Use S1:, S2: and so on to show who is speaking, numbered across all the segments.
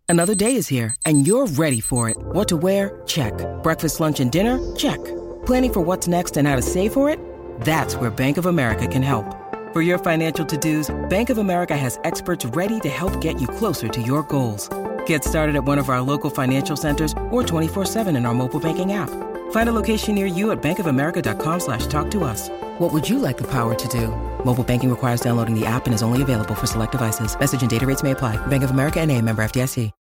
S1: Another day is here, and you're ready for it. What to wear? Check. Breakfast, lunch, and dinner? Check. Planning for what's next and how to save for it? That's where Bank of America can help. For your financial to-dos, Bank of America has experts ready to help get you closer to your goals. Get started at one of our local financial centers or 24/7 in our mobile banking app. Find a location near you at bankofamerica.com/talktous. What would you like the power to do? Mobile banking requires downloading the app and is only available for select devices. Message and data rates may apply. Bank of America N.A., member FDIC.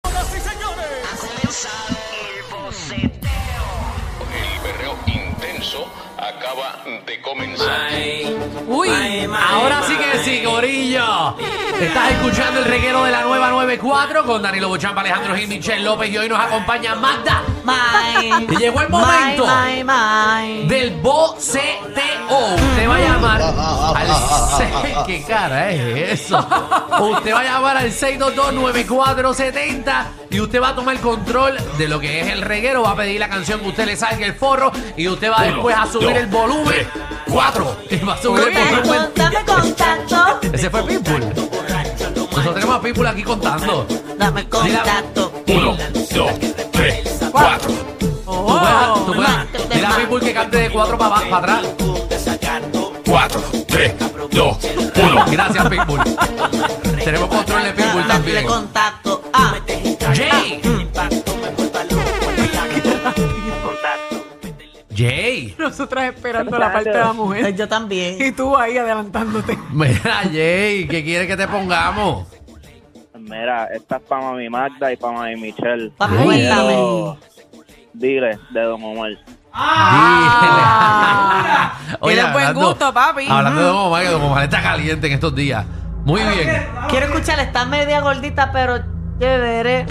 S2: El berreo intenso acaba de comenzar.
S3: Uy, ahora sí que sí, corillo. Estás escuchando el reguero de la nueva 94 con Danilo Bochampa, Alejandro Gil, Michelle López, y hoy nos acompaña Magda. Y llegó el momento del boceteo. Usted va a llamar al ¿qué cara es eso? Usted va a llamar al 622-9470 y usted va a tomar control de lo que es el reguero. Va a pedir la canción que usted le salga el forro y usted va después a subir el volumen. 4. Y va a subir el volumen.
S4: Dame contacto.
S3: Ese fue Pitbull. Nosotros tenemos a Pitbull aquí contando.
S4: Dame contacto.
S2: 1, 2, 3, 4.
S3: Tú puedes. Dile a Pitbull que cante de 4 para atrás.
S2: 4, 3, 2, 1.
S3: Gracias, Pitbull. Tenemos control de Pitbull
S4: Dame
S3: también.
S4: contacto.
S3: Jay. Jay.
S5: Nosotras esperando la parte de la mujer.
S4: Yo también.
S5: Y tú ahí adelantándote.
S3: Mira, Jay, ¿qué quiere que te pongamos?
S6: Mira, esta es para mami Magda y para mami Michelle.
S4: Papi,
S5: Ay.
S4: cuéntame.
S6: Dile, de Don Omar.
S5: Tienes buen gusto, papi.
S3: Hablando de Don Omar, que Don Omar está caliente en estos días. Muy bien.
S4: Quiero escuchar, está media gordita, pero chévere.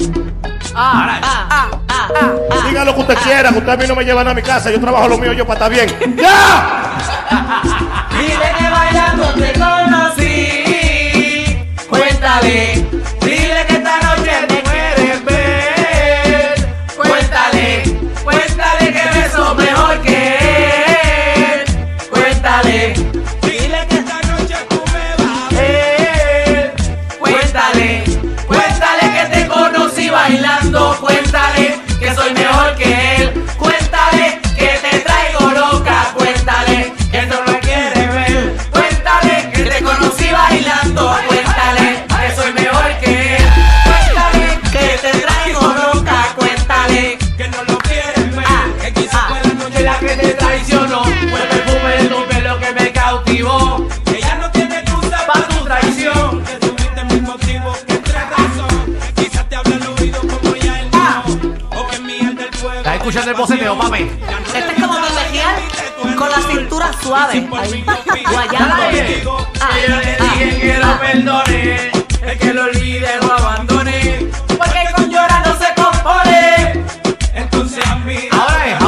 S7: Diga lo que usted quiera, que usted a mí no me llevan a mi casa. Yo trabajo lo mío, yo para estar bien. ¡Ya!
S4: Dile que bailando te conocí. Cuéntale. Dile que esta noche me quieres ver. Cuéntale. Cuéntale que beso mejor que él. Cuéntale. Dile que esta noche tú me vas a ver. Cuéntale. Cuéntale que te conocí bailando. Cuéntale que soy mejor que él. Cuéntale que te traigo loca. Cuéntale que no me quieres ver. Cuéntale que te conocí bailando. Cuéntale que soy mejor que él. Cuéntale que te traigo loca. Cuéntale que no lo quieres ver. Que quizás fue la noche la que te traicionó. Fue el perfume de tu pelo que me cautivó. Ella no tiene excusa para tu traición. Que tuviste mil motivos que tres razón. Quizás te habla al oído como ya él no. O que mía el del fuego.
S3: ¿Estás escuchando el boceteo, papi?
S4: Este es como colegial con la cintura suave. Ahí, guayando.
S3: Yo le dije que lo perdone, el que lo olvide lo abandone, porque con llorar no se compone.
S6: Entonces a mí.
S3: Ahora es.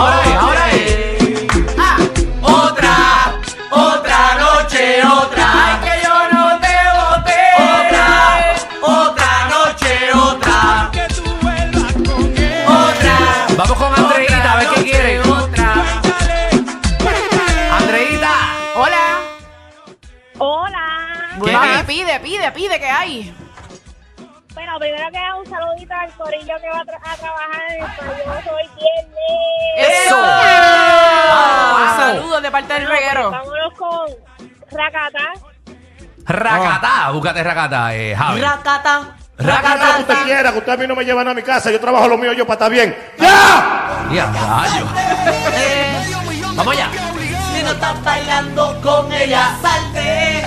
S3: Otra noche, otra. Ay, que yo no te boté. Otra noche, otra.
S6: Que tú vuelvas con él.
S3: Otra. Vamos con Andreita, a ver qué quiere. Andreita.
S5: Hola.
S8: Hola.
S3: ¿Qué?
S5: Mami, pide, ¿qué hay?
S8: Bueno, primero que nada, un saludito al corillo que va a trabajar en el pabellón hoy viernes.
S3: ¡Eso!
S5: Saludos de parte del reguero.
S8: Vámonos con Rakata.
S3: Racatá, búscate Racatá, Javi.
S4: Racata.
S7: Diga lo que usted quiera, que usted a mí no me llevan a mi casa. Yo trabajo lo mío, yo para estar bien. ¡Ya!
S3: Y a rayo. Vamos allá.
S4: Si no estás bailando con ella, salte.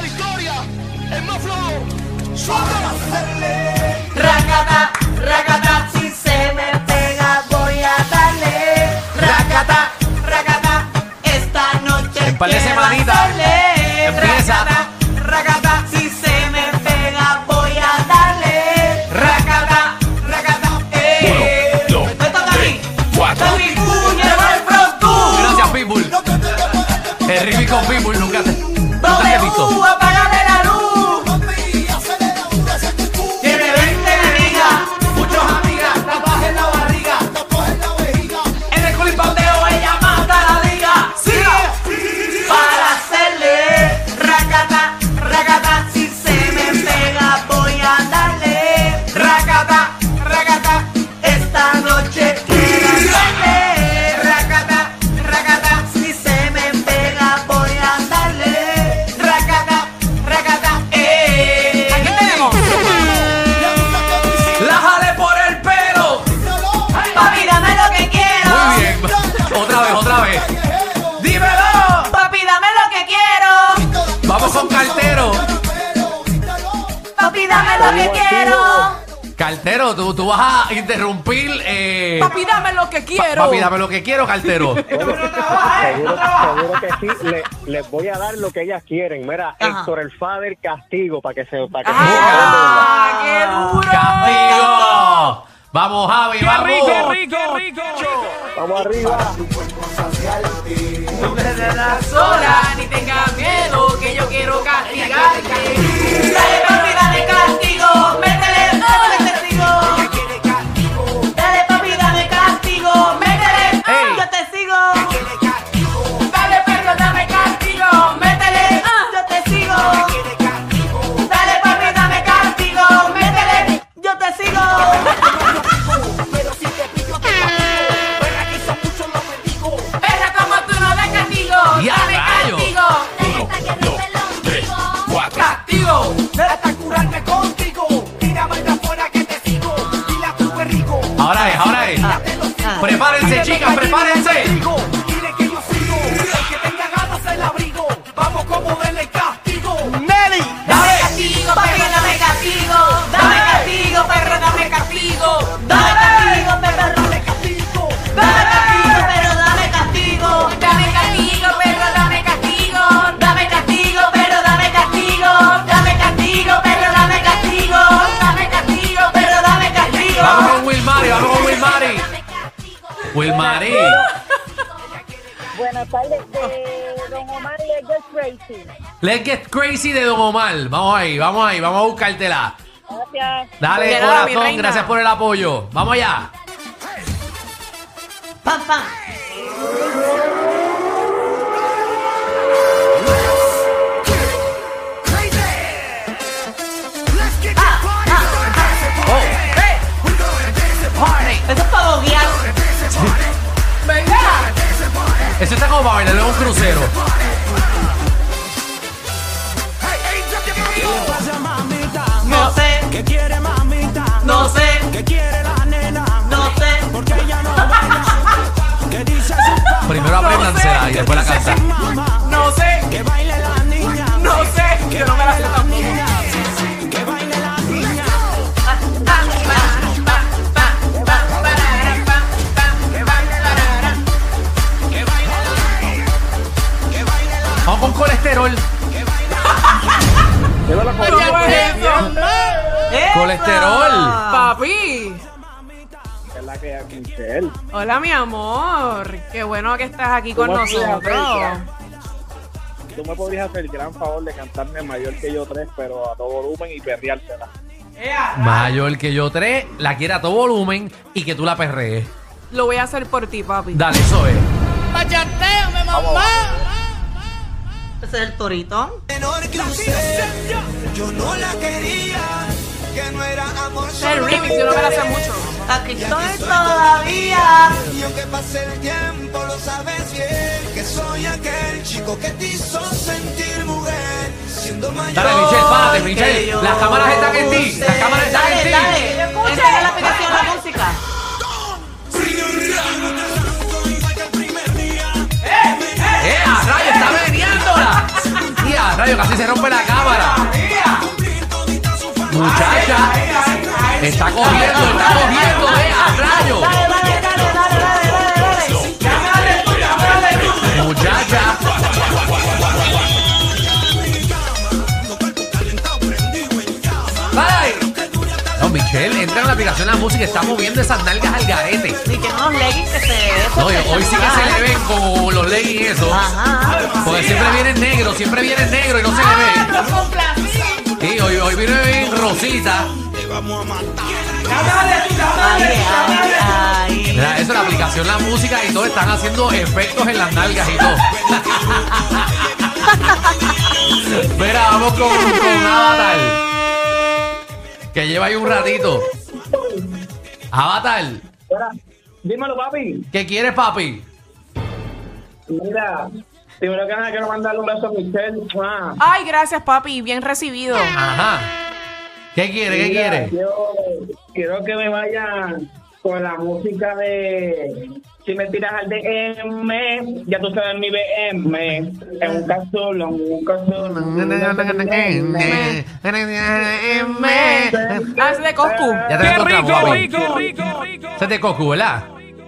S4: Racata, racata, si se me pega voy a darle. Racata, racata, esta noche
S3: En par de
S4: quiero
S3: semanitas
S4: hacerle.
S3: empieza.
S4: Racata, racata, si se me pega voy a darle. Racata, racata,
S2: Uno, dos,
S4: me toca a mí.
S2: 4.
S4: Dame mi puño, el front tú.
S3: Gracias, Pitbull. El Ricky con Pitbull nunca te he visto.
S4: W, apágame la luz. Tiene
S3: Cartero, tú vas a interrumpir.
S5: Papi, dame lo que quiero.
S3: Papi, dame lo que quiero, cartero.
S6: Seguro que sí, les voy a dar lo que ellas quieren. Mira, Héctor el Fader, castigo, para que se...
S5: ¡Ah, qué duro!
S3: ¡Castigo! Vamos, Javi, vamos.
S4: ¡Qué rico!
S6: Vamos arriba.
S5: No me dejes sola, ni tengas miedo, que yo quiero castigarte. Dale, papi, dale castigo. Métele, dale testigo. Dale, papi, dale castigo. Métele, yo te sigo. Dale, perro, dame castigo. Métele, yo te sigo. Dale, papi, dame castigo. Métele, yo te sigo. Perra como tú no de castigo.
S3: ¡Ya,
S5: Dame
S3: rayo!
S5: castigo.
S2: 1, 2, 3, 4.
S5: Castigo.
S4: Hasta curarme contigo. Tírame de afuera que te sigo. Dile a tu rico.
S3: Ahora es. Prepárense, chicas, prepárense.
S4: Dile que yo sigo. El que tenga ganas el abrigo. Vamos como denle castigo. Nelly.
S5: Dame castigo, perro, dame castigo. Dame castigo, perro, dame castigo. Dame castigo, perro, dame castigo. Dame castigo, perro, dame castigo. Dame castigo, perro, dame castigo. Dame castigo, perro, dame castigo. Dame castigo, perro, dame castigo. Dame castigo, perro, dame castigo.
S3: Vamos con Wilmary. Wilmary.
S8: Buenas tardes, de Don Omar y Let's Get Crazy.
S3: Let's Get Crazy de Don Omar. Vamos ahí, vamos a buscártela.
S8: Gracias.
S3: Dale,
S5: De nada, mi
S3: corazón,
S5: reina.
S3: gracias por el apoyo. Vamos allá.
S5: Pam, pam. Eso es para boguear. Venga.
S3: Eso está como para bailarle en un crucero.
S5: No sé,
S4: ¿Qué quiere mamita?
S5: no sé,
S4: ¿Qué quiere la nena?
S5: no sé.
S4: Porque ella no baila. ¿Qué dice su papá?
S3: Primero apréndansela y después la cantan.
S4: Mamá,
S5: No sé,
S4: que baile la niña.
S5: no sé. Yo no me la sé tampoco.
S4: Que baile la niña.
S3: Vamos con colesterol. Colesterol.
S5: Papi.
S6: Es la que es Michelle.
S5: Hola, mi amor. Qué bueno que estás aquí con
S6: ¿Cómo estás,
S5: nosotros.
S6: Tú me podrías hacer el gran favor de cantarme Mayor que yo 3, pero a todo volumen y perreársela.
S3: Mayor que yo 3, la quiere a todo volumen y que tú la perrees.
S5: Lo voy a hacer por ti, papi.
S3: Dale, eso es.
S5: Ese es el torito.
S4: Menor que usted, yo no la quería. Que no era amor.
S5: Ese es el remix, yo no me la sé mucho. Aquí estoy
S4: todavía. Y aunque pase el tiempo, lo sabes bien. Que soy aquel chico que te hizo sentir mujer. Siendo mayor.
S3: Dale, Michelle, párate,
S5: que
S3: Michelle.
S5: yo
S3: Las cámaras están en ti. Las cámaras están en ti.
S5: Dale, entra la aplicación la música.
S3: ¡A rayo, está meneándola! ¡Y a rayo, casi se rompe la cámara! Muchacha, está cogiendo, ¡a rayo!
S5: Dale.
S3: Muchacha. ¡Ay! No, Michelle, entra en la aplicación la música y está moviendo esas nalgas al garete.
S5: Y tiene unos leggings que se
S3: No, hoy sí que se le ven como los leggings eso.
S5: Ajá.
S3: Porque siempre vienen negros y no se le ve. Sí, hoy viene bien rosita.
S5: Ay.
S3: Mira, eso, la aplicación, la música y todo están haciendo efectos en las nalgas y todo. Mira, vamos con Avatar, que lleva ahí un ratito. Avatar,
S6: Dímelo, papi.
S3: ¿qué quieres, papi?
S6: Mira, primero que nada quiero mandarle un beso a Michelle.
S5: Ay, gracias, papi. Bien recibido.
S3: Ajá. ¿Qué quiere?
S6: Yo quiero que me vayan con la música de
S9: Si me tiras al DM, ya tú sabes mi BM. En un casolón, un casolón.
S5: Ah, ese de Coscu.
S3: Ya te encontramos, papi. Ese es de Coscu, ¿verdad?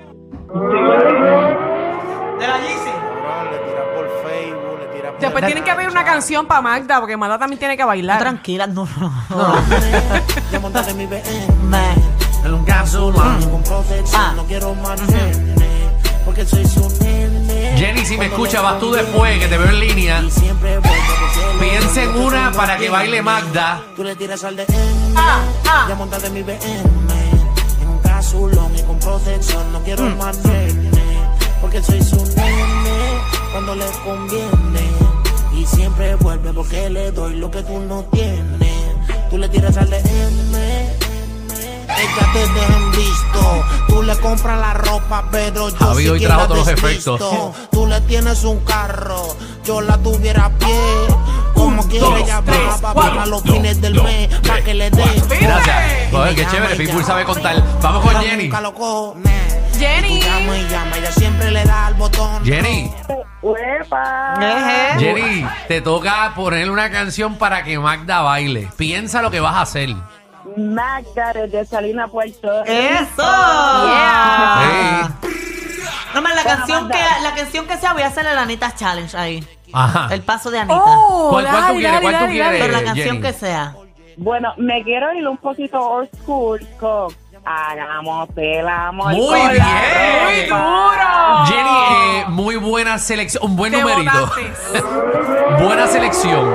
S5: De la Yeezy.
S4: Le tira por Facebook, le tira por...
S5: Después tienen que pedir una canción para Magda, porque Magda también tiene que bailar.
S10: Tranquila, no.
S4: Ya montate mi BM. En un casolón con protección. No quiero más nene, porque soy su nene.
S3: Jenny, si me escuchas, vas tú después, que te veo en línea.
S4: Y siempre vuelvo porque
S3: Piensa en una para que baile Magda.
S4: tú le tiras al DM. Ya montate mi BM. En un casolón y con protección. No quiero más nene, porque soy su nene cuando le conviene. Y siempre vuelve porque le doy lo que tú no tienes. Tú le tiras al DM. Ella te dejan visto. Tú le compras la ropa, pero yo
S3: Javi
S4: sí
S3: hoy
S4: que
S3: trajo
S4: la
S3: todos los
S4: desvisto.
S3: efectos.
S4: Tú le tienes un carro, yo la tuviera a pie. Como quiera ella baja pa' pagar los fines del mes, pa' que le dé.
S3: Gracias. Joder, qué chévere, Pitbull sabe contar. Vamos con Jenny.
S4: Nunca lo cojo,
S5: Jenny.
S4: Tú llama y llama, ella siempre le da al botón.
S3: Jenny,
S8: ¡Uepa!
S3: Jenny, te toca ponerle una canción para que Magda baile. Piensa lo que vas a hacer.
S8: Magda desde Salina, Puerto Rico.
S10: ¡Eso!
S3: Hey.
S10: No, más la canción que sea, voy a hacerle la Anita Challenge ahí.
S3: Ajá.
S10: El paso de Anita.
S3: ¿Cuál tú quieres? ¿Cuál tú quieres?
S10: Pero la canción
S3: Jenny?
S10: que sea.
S8: Bueno, me quiero ir un poquito old school con Hagamos el amor.
S3: Muy
S8: con
S3: bien.
S8: la
S5: ¡Muy
S8: ropa.
S5: duro!
S3: Muy buena selección. Un buen
S5: Te
S3: numerito.
S5: botaste.
S3: Buena selección.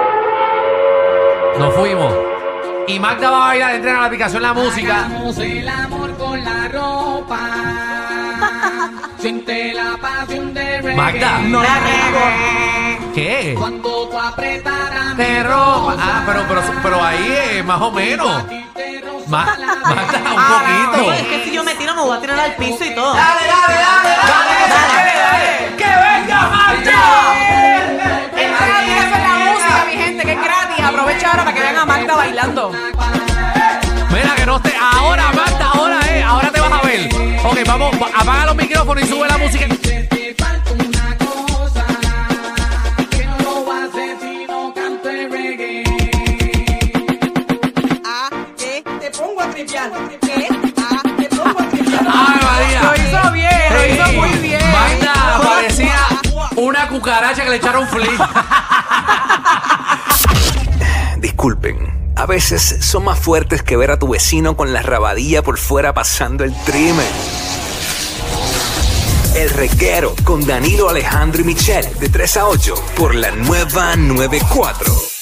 S3: Nos fuimos. Y Magda va a bailar, entren a la aplicación La Música.
S5: Hagamos el amor con la ropa. Siente la pasión de reggae.
S3: Magda.
S10: No la riego.
S3: ¿Qué?
S5: Cuando tú apretarás
S3: De ropa. Ah, pero ahí más o menos. Magda, un
S10: No,
S3: poquito.
S10: es que si yo me tiro, me voy a tirar al piso y todo.
S5: Dale. ¡Que venga Magda! Es gratis, eso es la música, mi gente, que es gratis. Aprovecha ahora para que vean a Magda bailando.
S3: Mira que no esté. Ahora, Magda, ahora te vas a ver. Ok, vamos, apaga los micrófonos y sube la música.
S5: Te falta una cosa que no lo va a hacer si no canto el reggae.
S11: Te pongo a tripear. Te pongo a tripear.
S3: ¡Ay, María!
S5: Lo hizo bien, lo hizo muy bien.
S3: Magda parecía una cucaracha que le echaron flip.
S12: Disculpen, a veces son más fuertes que ver a tu vecino con la rabadilla por fuera pasando el trimen. El Reguero con Danilo, Alejandro y Michelle de 3 a 8 por la nueva 94.